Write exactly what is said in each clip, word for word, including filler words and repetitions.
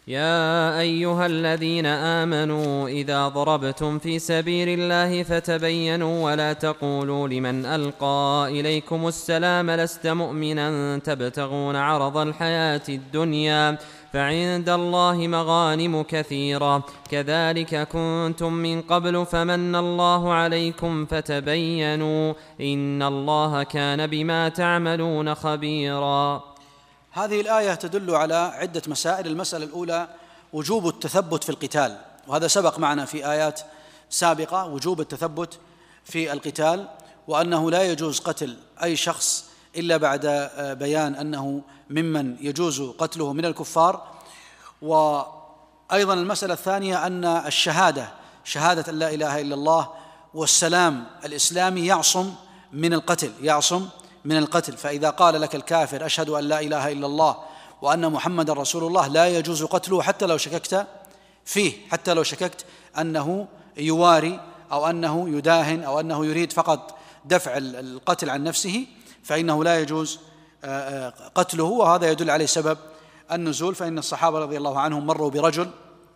يا أيها الذين آمنوا إذا ضربتم في سبيل الله فتبينوا ولا تقولوا لمن ألقى إليكم السلام لست مؤمنا تبتغون عرض الحياة الدنيا فعند الله مغانم كثيرة كذلك كنتم من قبل فمن الله عليكم فتبينوا إن الله كان بما تعملون خبيرا. هذه الآية تدل على عدة مسائل. المسألة الأولى وجوب التثبت في القتال، وهذا سبق معنا في آيات سابقة، وجوب التثبت في القتال، وأنه لا يجوز قتل أي شخص إلا بعد بيان أنه ممن يجوز قتله من الكفار. وأيضا المسألة الثانية أن الشهادة شهادة أن لا إله إلا الله والسلام الإسلامي يعصم من القتل يعصم من القتل فإذا قال لك الكافر أشهد أن لا إله إلا الله وأن محمد رسول الله لا يجوز قتله حتى لو شككت فيه حتى لو شككت أنه يواري أو أنه يداهن أو أنه يريد فقط دفع القتل عن نفسه، فإنه لا يجوز قتله. وهذا يدل عليه سبب النزول، فإن الصحابة رضي الله عنهم مروا برجل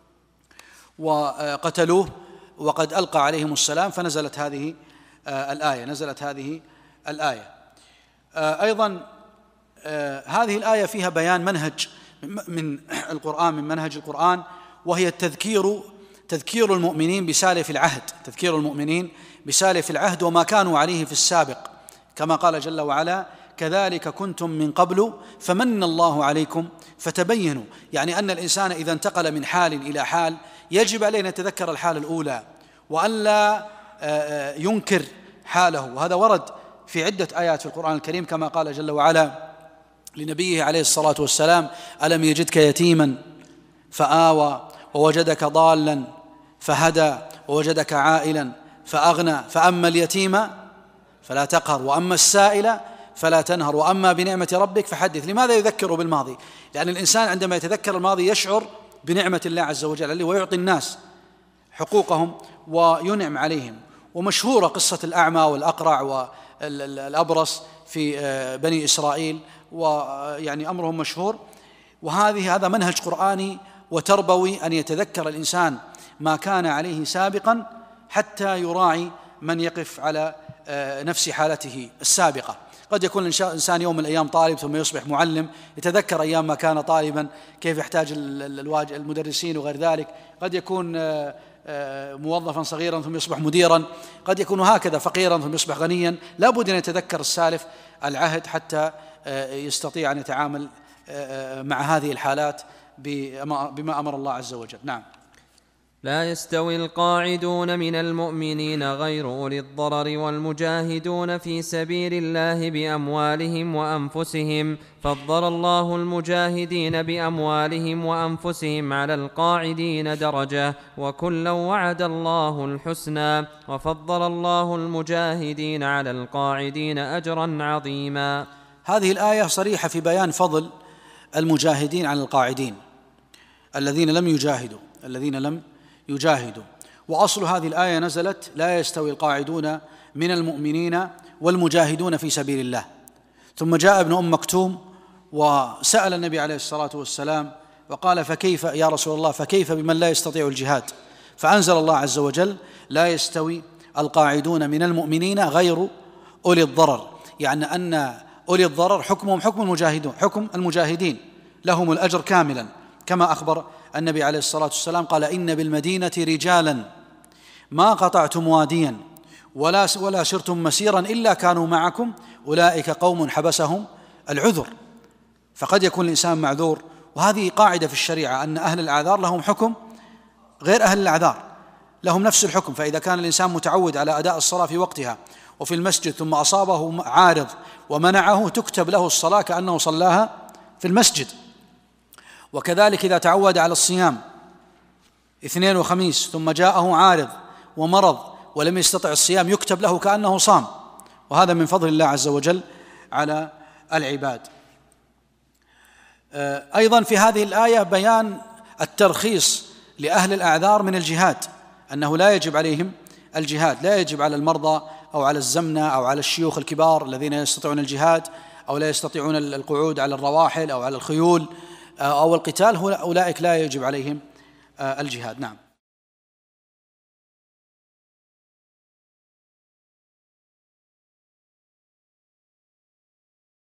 وقتلوه وقد ألقى عليهم السلام فنزلت هذه الآية نزلت هذه الآية أيضا هذه الآية فيها بيان منهج من القرآن من منهج القرآن، وهي التذكير تذكير المؤمنين بسالف العهد تذكير المؤمنين بسالف العهد وما كانوا عليه في السابق، كما قال جل وعلا كذلك كنتم من قبل فمن الله عليكم فتبينوا. يعني أن الإنسان إذا انتقل من حال إلى حال يجب عليه أن يتذكر الحال الأولى وأن لا ينكر حاله، وهذا ورد في عدة آيات في القرآن الكريم، كما قال جل وعلا لنبيه عليه الصلاة والسلام ألم يجدك يتيما فآوى ووجدك ضالا فهدى ووجدك عائلا فأغنى فأما اليتيم فلا تقهر وأما السائل فلا تنهر وأما بنعمة ربك فحدث. لماذا يذكر بالماضي؟ لأن الإنسان عندما يتذكر الماضي يشعر بنعمة الله عز وجل عليه ويعطي الناس حقوقهم وينعم عليهم. ومشهورة قصة الأعمى والأقرع والأبرص في بني إسرائيل، ويعني أمرهم مشهور. وهذه هذا منهج قرآني وتربوي أن يتذكر الإنسان ما كان عليه سابقا حتى يراعي من يقف على نفس حالته السابقة. قد يكون الإنسان يوم من الأيام طالب ثم يصبح معلم، يتذكر أيام ما كان طالبا كيف يحتاج المدرسين وغير ذلك. قد يكون موظفا صغيرا ثم يصبح مديرا، قد يكون هكذا فقيرا ثم يصبح غنيا. لا بد أن يتذكر السالف العهد حتى يستطيع أن يتعامل مع هذه الحالات بما أمر الله عز وجل. نعم. لا يستوي القاعدون من المؤمنين غير أولي الضرر والمجاهدون في سبيل الله بأموالهم وأنفسهم، فضل الله المجاهدين بأموالهم وأنفسهم على القاعدين درجة، وكلا وعد الله الحسنى، وفضل الله المجاهدين على القاعدين أجرا عظيما. هذه الآية صريحة في بيان فضل المجاهدين على القاعدين الذين لم يجاهدوا الذين لم يجاهدوا وأصل هذه الآية نزلت لا يستوي القاعدون من المؤمنين والمجاهدون في سبيل الله. ثم جاء ابن أم مكتوم وسأل النبي عليه الصلاة والسلام وقال فكيف يا رسول الله فكيف بمن لا يستطيع الجهاد؟ فأنزل الله عز وجل لا يستوي القاعدون من المؤمنين غير أولي الضرر، يعني أن أولي الضرر حكمهم حكم المجاهدون حكم المجاهدين لهم الأجر كاملا، كما أخبر النبي عليه الصلاة والسلام قال إن بالمدينة رجالا ما قطعتم واديا ولا ولا سرتم مسيرا إلا كانوا معكم أولئك قوم حبسهم العذر. فقد يكون الإنسان معذور، وهذه قاعدة في الشريعة أن أهل الأعذار لهم حكم غير أهل الأعذار، لهم نفس الحكم. فإذا كان الإنسان متعود على أداء الصلاة في وقتها وفي المسجد ثم أصابه عارض ومنعه تكتب له الصلاة كأنه صلاها في المسجد. وكذلك إذا تعود على الصيام اثنين وخميس ثم جاءه عارض ومرض ولم يستطع الصيام يكتب له كأنه صام، وهذا من فضل الله عز وجل على العباد. أيضا في هذه الآية بيان الترخيص لأهل الأعذار من الجهاد، أنه لا يجب عليهم الجهاد، لا يجب على المرضى أو على الزمنة أو على الشيوخ الكبار الذين يستطيعون الجهاد أو لا يستطيعون القعود على الرواحل أو على الخيول أو القتال أولئك لا يجب عليهم الجهاد. نعم.